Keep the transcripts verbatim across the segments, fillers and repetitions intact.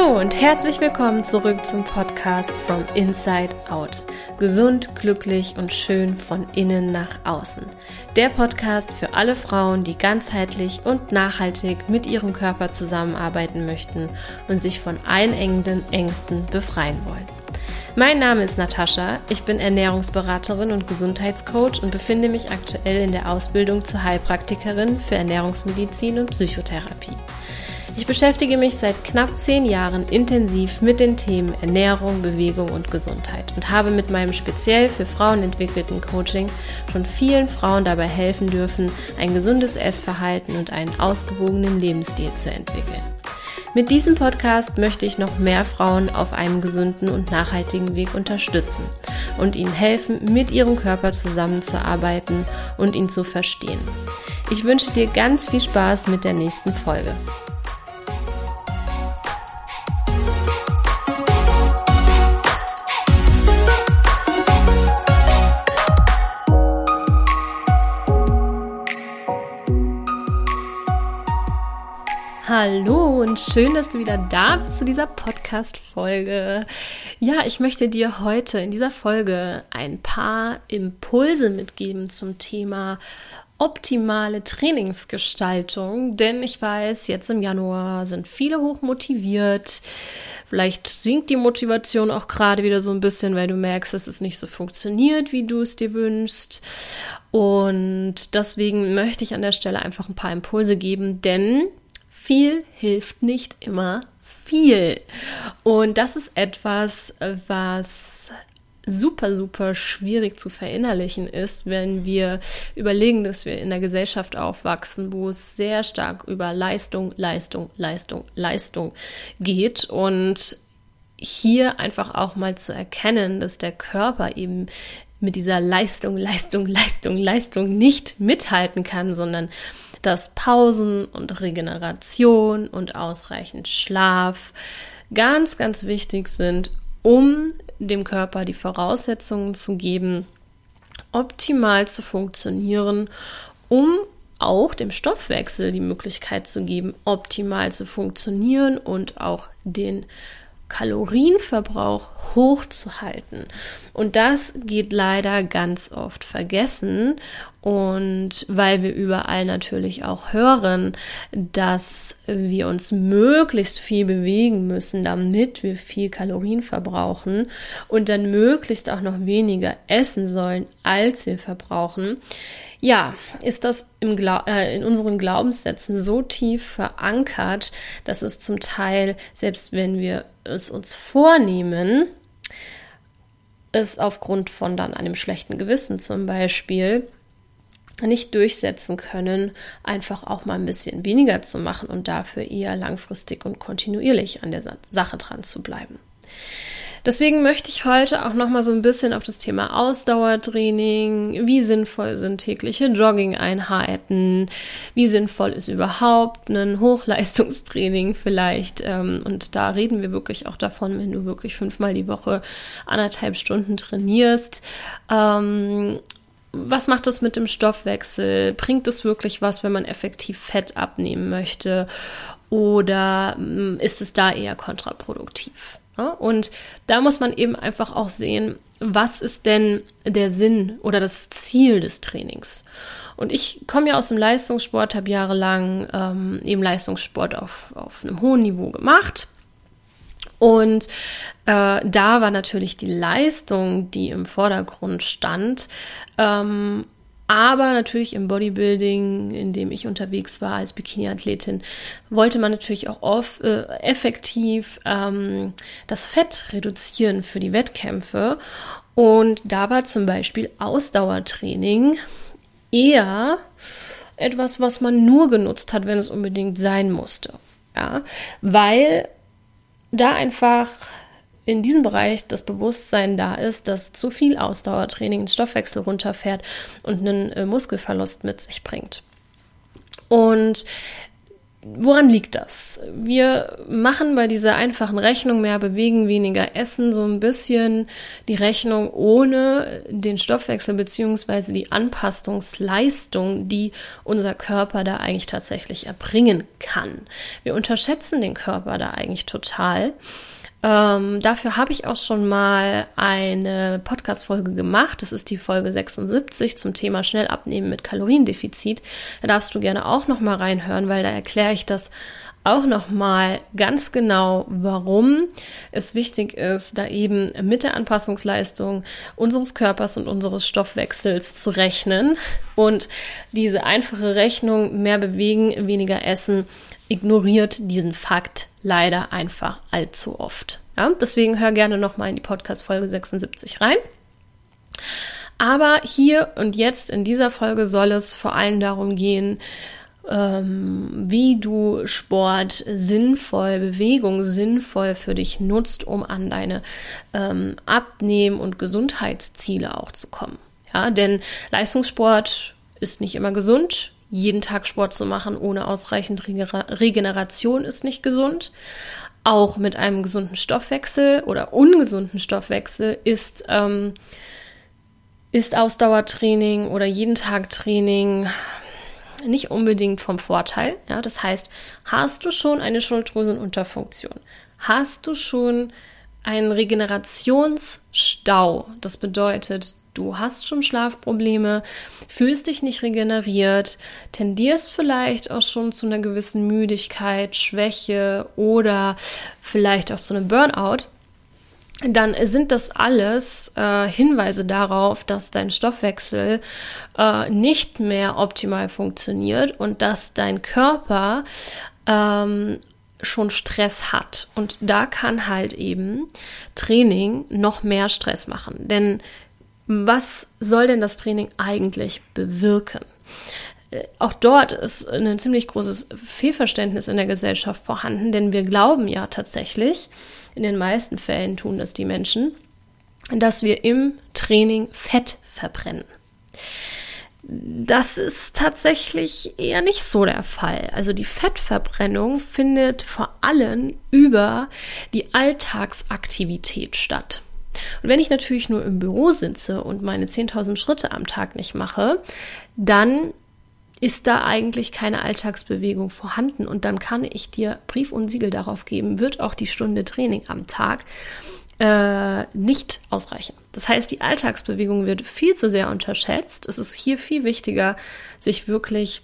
Hallo und herzlich willkommen zurück zum Podcast From Inside Out. Gesund, glücklich und schön von innen nach außen. Der Podcast für alle Frauen, die ganzheitlich und nachhaltig mit ihrem Körper zusammenarbeiten möchten und sich von einengenden Ängsten befreien wollen. Mein Name ist Natascha, ich bin Ernährungsberaterin und Gesundheitscoach und befinde mich aktuell in der Ausbildung zur Heilpraktikerin für Ernährungsmedizin und Psychotherapie. Ich beschäftige mich seit knapp zehn Jahren intensiv mit den Themen Ernährung, Bewegung und Gesundheit und habe mit meinem speziell für Frauen entwickelten Coaching schon vielen Frauen dabei helfen dürfen, ein gesundes Essverhalten und einen ausgewogenen Lebensstil zu entwickeln. Mit diesem Podcast möchte ich noch mehr Frauen auf einem gesunden und nachhaltigen Weg unterstützen und ihnen helfen, mit ihrem Körper zusammenzuarbeiten und ihn zu verstehen. Ich wünsche dir ganz viel Spaß mit der nächsten Folge. Hallo und schön, dass du wieder da bist zu dieser Podcast-Folge. Ja, ich möchte dir heute in dieser Folge ein paar Impulse mitgeben zum Thema optimale Trainingsgestaltung, denn ich weiß, jetzt im Januar sind viele hochmotiviert. Vielleicht sinkt die Motivation auch gerade wieder so ein bisschen, weil du merkst, dass es nicht so funktioniert, wie du es dir wünschst. Und deswegen möchte ich an der Stelle einfach ein paar Impulse geben, denn viel hilft nicht immer viel. Und das ist etwas, was super, super schwierig zu verinnerlichen ist, wenn wir überlegen, dass wir in einer Gesellschaft aufwachsen, wo es sehr stark über Leistung, Leistung, Leistung, Leistung geht. Und hier einfach auch mal zu erkennen, dass der Körper eben mit dieser Leistung, Leistung, Leistung, Leistung nicht mithalten kann, sondern dass Pausen und Regeneration und ausreichend Schlaf ganz, ganz wichtig sind, um dem Körper die Voraussetzungen zu geben, optimal zu funktionieren, um auch dem Stoffwechsel die Möglichkeit zu geben, optimal zu funktionieren und auch den Kalorienverbrauch hochzuhalten. Und das geht leider ganz oft vergessen. Und weil wir überall natürlich auch hören, dass wir uns möglichst viel bewegen müssen, damit wir viel Kalorien verbrauchen und dann möglichst auch noch weniger essen sollen, als wir verbrauchen, ja, ist das im Gla- äh, in unseren Glaubenssätzen so tief verankert, dass es zum Teil, selbst wenn wir es uns vornehmen, es aufgrund von dann einem schlechten Gewissen zum Beispiel nicht durchsetzen können, einfach auch mal ein bisschen weniger zu machen und dafür eher langfristig und kontinuierlich an der Sache dran zu bleiben. Deswegen möchte ich heute auch noch mal so ein bisschen auf das Thema Ausdauertraining, wie sinnvoll sind tägliche Jogging-Einheiten, wie sinnvoll ist überhaupt ein Hochleistungstraining vielleicht, ähm, und da reden wir wirklich auch davon, wenn du wirklich fünfmal die Woche anderthalb Stunden trainierst, ähm, was macht das mit dem Stoffwechsel? Bringt es wirklich was, wenn man effektiv Fett abnehmen möchte? Oder ist es da eher kontraproduktiv? Ja, und da muss man eben einfach auch sehen, was ist denn der Sinn oder das Ziel des Trainings? Und ich komme ja aus dem Leistungssport, habe jahrelang ähm, eben Leistungssport auf, auf einem hohen Niveau gemacht. Und äh, da war natürlich die Leistung, die im Vordergrund stand, ähm, aber natürlich im Bodybuilding, in dem ich unterwegs war als Bikini-Athletin, wollte man natürlich auch oft, äh, effektiv ähm, das Fett reduzieren für die Wettkämpfe. Und da war zum Beispiel Ausdauertraining eher etwas, was man nur genutzt hat, wenn es unbedingt sein musste. Ja? Weil da einfach in diesem Bereich das Bewusstsein da ist, dass zu viel Ausdauertraining den Stoffwechsel runterfährt und einen äh, Muskelverlust mit sich bringt. Und woran liegt das? Wir machen bei dieser einfachen Rechnung mehr bewegen, weniger essen so ein bisschen die Rechnung ohne den Stoffwechsel bzw. die Anpassungsleistung, die unser Körper da eigentlich tatsächlich erbringen kann. Wir unterschätzen den Körper da eigentlich total. Ähm, dafür habe ich auch schon mal eine Podcast-Folge gemacht. Das ist die Folge sechsundsiebzig zum Thema schnell abnehmen mit Kaloriendefizit. Da darfst du gerne auch noch mal reinhören, weil da erkläre ich das auch noch mal ganz genau, warum es wichtig ist, da eben mit der Anpassungsleistung unseres Körpers und unseres Stoffwechsels zu rechnen. Und diese einfache Rechnung, mehr bewegen, weniger essen, ignoriert diesen Fakt leider einfach allzu oft. Ja, deswegen hör gerne nochmal in die Podcast-Folge sechsundsiebzig rein. Aber hier und jetzt in dieser Folge soll es vor allem darum gehen, ähm, wie du Sport sinnvoll, Bewegung sinnvoll für dich nutzt, um an deine ähm, Abnehmen- und Gesundheitsziele auch zu kommen. Ja, denn Leistungssport ist nicht immer gesund. Jeden Tag Sport zu machen ohne ausreichend Regeneration ist nicht gesund. Auch mit einem gesunden Stoffwechsel oder ungesunden Stoffwechsel ist, ähm, ist Ausdauertraining oder jeden Tag Training nicht unbedingt vom Vorteil. Ja, das heißt, hast du schon eine Schilddrüsenunterfunktion? Hast du schon einen Regenerationsstau? Das bedeutet, du hast schon Schlafprobleme, fühlst dich nicht regeneriert, tendierst vielleicht auch schon zu einer gewissen Müdigkeit, Schwäche oder vielleicht auch zu einem Burnout, dann sind das alles äh, Hinweise darauf, dass dein Stoffwechsel äh, nicht mehr optimal funktioniert und dass dein Körper ähm, schon Stress hat. Und da kann halt eben Training noch mehr Stress machen, denn was soll denn das Training eigentlich bewirken? Auch dort ist ein ziemlich großes Fehlverständnis in der Gesellschaft vorhanden, denn wir glauben ja tatsächlich, in den meisten Fällen tun das die Menschen, dass wir im Training Fett verbrennen. Das ist tatsächlich eher nicht so der Fall. Also die Fettverbrennung findet vor allem über die Alltagsaktivität statt. Und wenn ich natürlich nur im Büro sitze und meine zehntausend Schritte am Tag nicht mache, dann ist da eigentlich keine Alltagsbewegung vorhanden. Und dann kann ich dir Brief und Siegel darauf geben, wird auch die Stunde Training am Tag äh, nicht ausreichen. Das heißt, die Alltagsbewegung wird viel zu sehr unterschätzt. Es ist hier viel wichtiger, sich wirklich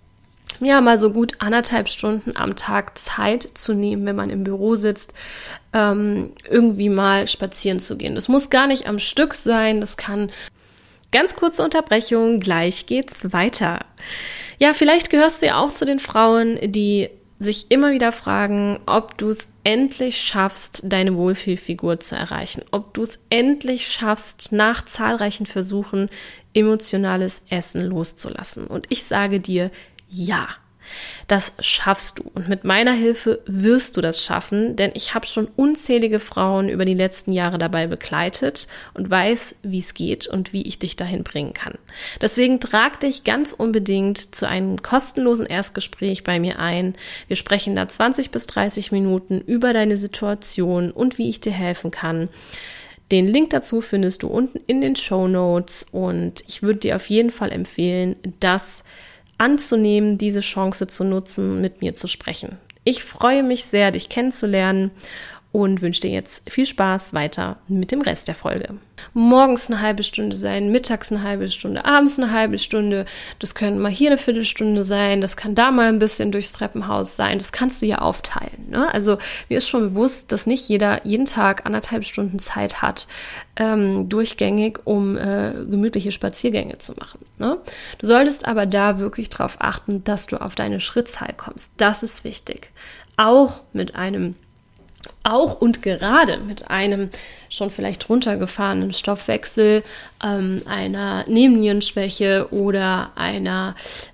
ja, mal so gut anderthalb Stunden am Tag Zeit zu nehmen, wenn man im Büro sitzt, ähm, irgendwie mal spazieren zu gehen. Das muss gar nicht am Stück sein, das kann ganz kurze Unterbrechung, gleich geht's weiter. Ja, vielleicht gehörst du ja auch zu den Frauen, die sich immer wieder fragen, ob du es endlich schaffst, deine Wohlfühlfigur zu erreichen, ob du es endlich schaffst, nach zahlreichen Versuchen emotionales Essen loszulassen. Und ich sage dir, ja, das schaffst du. Und mit meiner Hilfe wirst du das schaffen, denn ich habe schon unzählige Frauen über die letzten Jahre dabei begleitet und weiß, wie es geht und wie ich dich dahin bringen kann. Deswegen trag dich ganz unbedingt zu einem kostenlosen Erstgespräch bei mir ein. Wir sprechen da zwanzig bis dreißig Minuten über deine Situation und wie ich dir helfen kann. Den Link dazu findest du unten in den Shownotes und ich würde dir auf jeden Fall empfehlen, das anzunehmen, diese Chance zu nutzen, mit mir zu sprechen. Ich freue mich sehr, dich kennenzulernen und wünsche dir jetzt viel Spaß weiter mit dem Rest der Folge. Morgens eine halbe Stunde sein, mittags eine halbe Stunde, abends eine halbe Stunde. Das können mal hier eine Viertelstunde sein, das kann da mal ein bisschen durchs Treppenhaus sein. Das kannst du ja aufteilen. Ne? Also mir ist schon bewusst, dass nicht jeder jeden Tag anderthalb Stunden Zeit hat, ähm, durchgängig, um äh, gemütliche Spaziergänge zu machen. Ne? Du solltest aber da wirklich darauf achten, dass du auf deine Schrittzahl kommst. Das ist wichtig. Auch mit einem Auch und gerade mit einem schon vielleicht runtergefahrenen Stoffwechsel, ähm, einer Nebennierenschwäche oder einer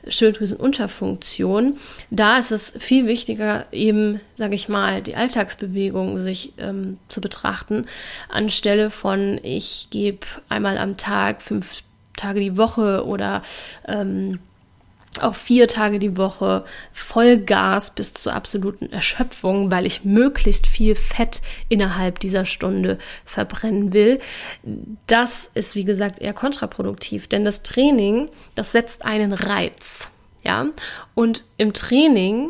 Schilddrüsenunterfunktion, da ist es viel wichtiger, eben, sage ich mal, die Alltagsbewegung sich ähm, zu betrachten, anstelle von, ich gebe einmal am Tag, fünf Tage die Woche oder ähm, auch vier Tage die Woche Vollgas bis zur absoluten Erschöpfung, weil ich möglichst viel Fett innerhalb dieser Stunde verbrennen will. Das ist, wie gesagt, eher kontraproduktiv, denn das Training, das setzt einen Reiz, ja, und im Training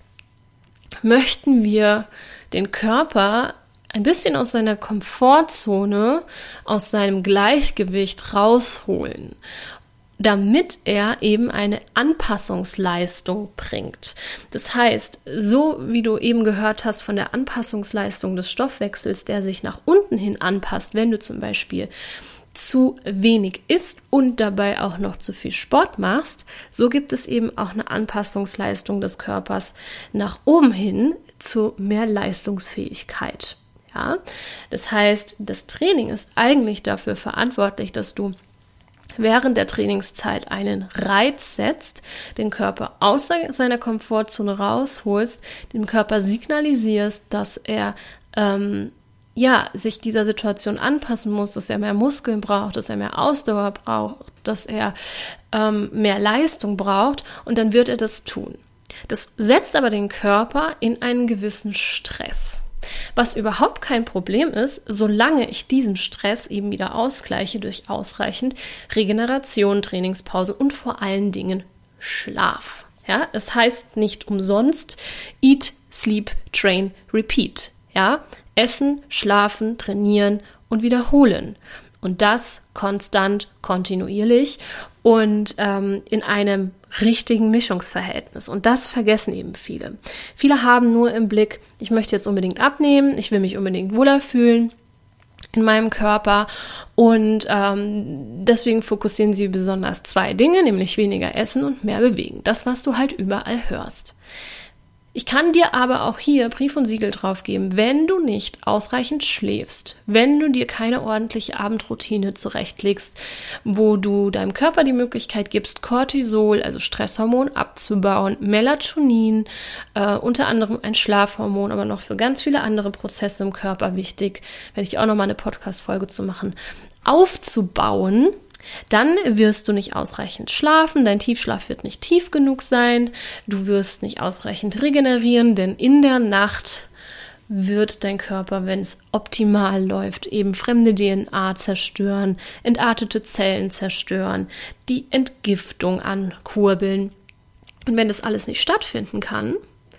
möchten wir den Körper ein bisschen aus seiner Komfortzone, aus seinem Gleichgewicht rausholen, damit er eben eine Anpassungsleistung bringt. Das heißt, so wie du eben gehört hast von der Anpassungsleistung des Stoffwechsels, der sich nach unten hin anpasst, wenn du zum Beispiel zu wenig isst und dabei auch noch zu viel Sport machst, so gibt es eben auch eine Anpassungsleistung des Körpers nach oben hin zu mehr Leistungsfähigkeit. Ja? Das heißt, das Training ist eigentlich dafür verantwortlich, dass du während der Trainingszeit einen Reiz setzt, den Körper aus seiner Komfortzone rausholst, dem Körper signalisierst, dass er ähm, ja, sich dieser Situation anpassen muss, dass er mehr Muskeln braucht, dass er mehr Ausdauer braucht, dass er ähm, mehr Leistung braucht, und dann wird er das tun. Das setzt aber den Körper in einen gewissen Stress. Was überhaupt kein Problem ist, solange ich diesen Stress eben wieder ausgleiche durch ausreichend Regeneration, Trainingspause und vor allen Dingen Schlaf. Ja, es heißt nicht umsonst Eat, Sleep, Train, Repeat. Ja, essen, schlafen, trainieren und wiederholen. Und das konstant, kontinuierlich und ähm, in einem richtigen Mischungsverhältnis. Und das vergessen eben viele. Viele haben nur im Blick, ich möchte jetzt unbedingt abnehmen, ich will mich unbedingt wohler fühlen in meinem Körper, und ähm, deswegen fokussieren sie besonders zwei Dinge, nämlich weniger essen und mehr bewegen. Das, was du halt überall hörst. Ich kann dir aber auch hier Brief und Siegel drauf geben, wenn du nicht ausreichend schläfst, wenn du dir keine ordentliche Abendroutine zurechtlegst, wo du deinem Körper die Möglichkeit gibst, Cortisol, also Stresshormon, abzubauen, Melatonin, äh, unter anderem ein Schlafhormon, aber noch für ganz viele andere Prozesse im Körper wichtig, werde ich auch nochmal eine Podcast-Folge zu machen, aufzubauen, dann wirst du nicht ausreichend schlafen, dein Tiefschlaf wird nicht tief genug sein, du wirst nicht ausreichend regenerieren, denn in der Nacht wird dein Körper, wenn es optimal läuft, eben fremde D N A zerstören, entartete Zellen zerstören, die Entgiftung ankurbeln. Und wenn das alles nicht stattfinden kann,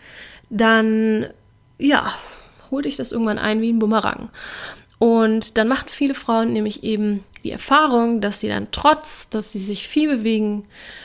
dann, ja, holt dich das irgendwann ein wie ein Bumerang. Und dann machen viele Frauen nämlich eben die Erfahrung, dass sie dann trotz, dass sie sich viel bewegen,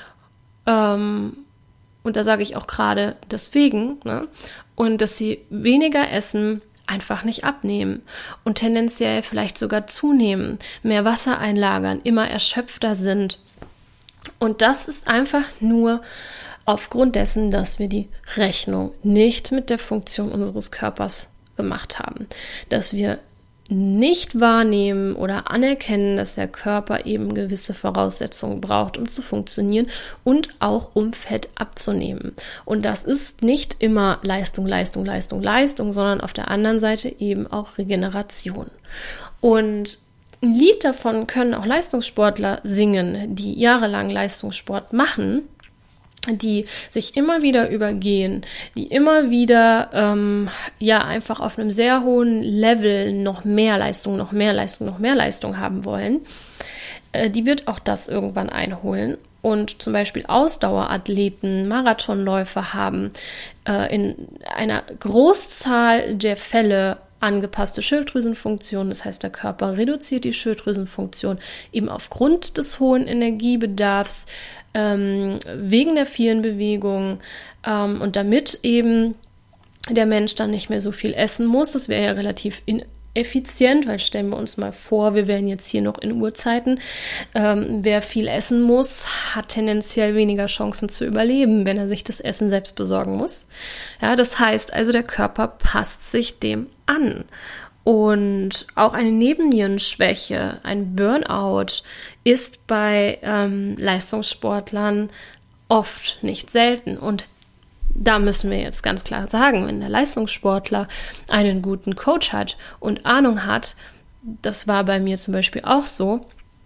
ähm, und da sage ich auch gerade deswegen, ne, und dass sie weniger essen, einfach nicht abnehmen und tendenziell vielleicht sogar zunehmen, mehr Wasser einlagern, immer erschöpfter sind. Und das ist einfach nur aufgrund dessen, dass wir die Rechnung nicht mit der Funktion unseres Körpers gemacht haben, dass wir nicht wahrnehmen oder anerkennen, dass der Körper eben gewisse Voraussetzungen braucht, um zu funktionieren und auch um Fett abzunehmen. Und das ist nicht immer Leistung, Leistung, Leistung, Leistung, sondern auf der anderen Seite eben auch Regeneration. Und ein Lied davon können auch Leistungssportler singen, die jahrelang Leistungssport machen, die sich immer wieder übergehen, die immer wieder ähm, ja einfach auf einem sehr hohen Level noch mehr Leistung, noch mehr Leistung, noch mehr Leistung haben wollen, äh, die wird auch das irgendwann einholen. Und zum Beispiel Ausdauerathleten, Marathonläufer haben äh, in einer Großzahl der Fälle angepasste Schilddrüsenfunktion, das heißt, der Körper reduziert die Schilddrüsenfunktion eben aufgrund des hohen Energiebedarfs, ähm, wegen der vielen Bewegungen, ähm, und damit eben der Mensch dann nicht mehr so viel essen muss. Das wäre ja relativ ineffizient, weil stellen wir uns mal vor, wir wären jetzt hier noch in Urzeiten. Ähm, wer viel essen muss, hat tendenziell weniger Chancen zu überleben, wenn er sich das Essen selbst besorgen muss. Ja, das heißt also, der Körper passt sich dem an. Und auch eine Nebennierenschwäche, ein Burnout ist bei ähm, Leistungssportlern oft nicht selten. Und da müssen wir jetzt ganz klar sagen, wenn der Leistungssportler einen guten Coach hat und Ahnung hat, das war bei mir zum Beispiel auch so,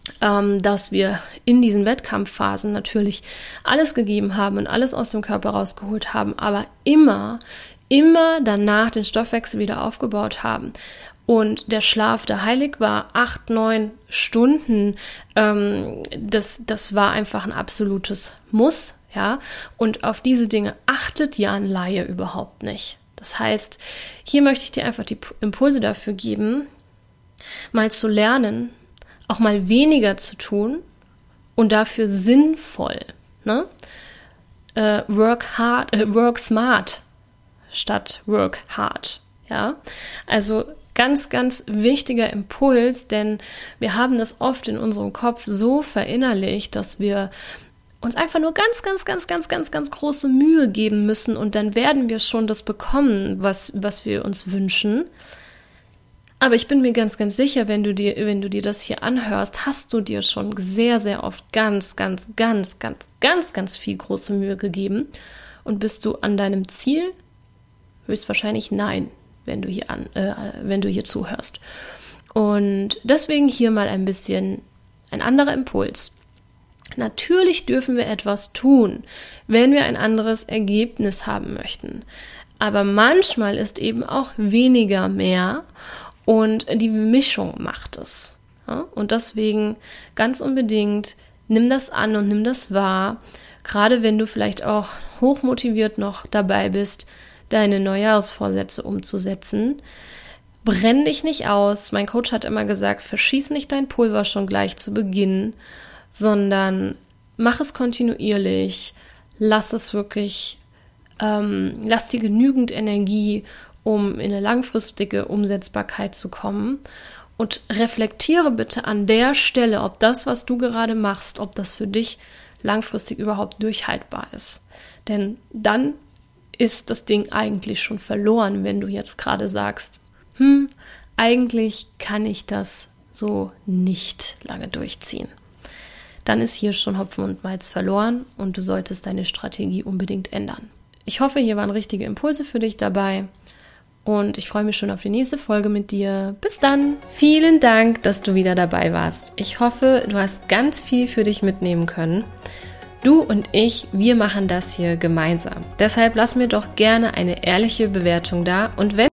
ähm, dass wir in diesen Wettkampfphasen natürlich alles gegeben haben und alles aus dem Körper rausgeholt haben, aber immer, immer danach den Stoffwechsel wieder aufgebaut haben. Und der Schlaf, der heilig war, acht, neun Stunden, ähm, das, das war einfach ein absolutes Muss, ja. Und auf diese Dinge achtet ja ein Laie überhaupt nicht. Das heißt, hier möchte ich dir einfach die Impulse dafür geben, mal zu lernen, auch mal weniger zu tun und dafür sinnvoll, ne? Äh, work hard, äh, work smart statt work hard, ja. Also ganz, ganz wichtiger Impuls, denn wir haben das oft in unserem Kopf so verinnerlicht, dass wir uns einfach nur ganz, ganz, ganz, ganz, ganz, ganz große Mühe geben müssen und dann werden wir schon das bekommen, was, was wir uns wünschen. Aber ich bin mir ganz, ganz sicher, wenn du dir, wenn du dir das hier anhörst, hast du dir schon sehr, sehr oft ganz, ganz, ganz, ganz, ganz, ganz viel große Mühe gegeben und bist du an deinem Ziel? Höchstwahrscheinlich nein, wenn du hier an, äh, wenn du hier zuhörst. Und deswegen hier mal ein bisschen ein anderer Impuls. Natürlich dürfen wir etwas tun, wenn wir ein anderes Ergebnis haben möchten. Aber manchmal ist eben auch weniger mehr und die Mischung macht es. Ja? Und deswegen ganz unbedingt nimm das an und nimm das wahr, gerade wenn du vielleicht auch hochmotiviert noch dabei bist, deine Neujahrsvorsätze umzusetzen. Brenn dich nicht aus. Mein Coach hat immer gesagt, verschieß nicht dein Pulver schon gleich zu Beginn, sondern mach es kontinuierlich. Lass es wirklich, ähm, lass dir genügend Energie, um in eine langfristige Umsetzbarkeit zu kommen. Und reflektiere bitte an der Stelle, ob das, was du gerade machst, ob das für dich langfristig überhaupt durchhaltbar ist. Denn dann ist das Ding eigentlich schon verloren, wenn du jetzt gerade sagst, hm, eigentlich kann ich das so nicht lange durchziehen. Dann ist hier schon Hopfen und Malz verloren und du solltest deine Strategie unbedingt ändern. Ich hoffe, hier waren richtige Impulse für dich dabei und ich freue mich schon auf die nächste Folge mit dir. Bis dann! Vielen Dank, dass du wieder dabei warst. Ich hoffe, du hast ganz viel für dich mitnehmen können. Du und ich, wir machen das hier gemeinsam. Deshalb lass mir doch gerne eine ehrliche Bewertung da und wenn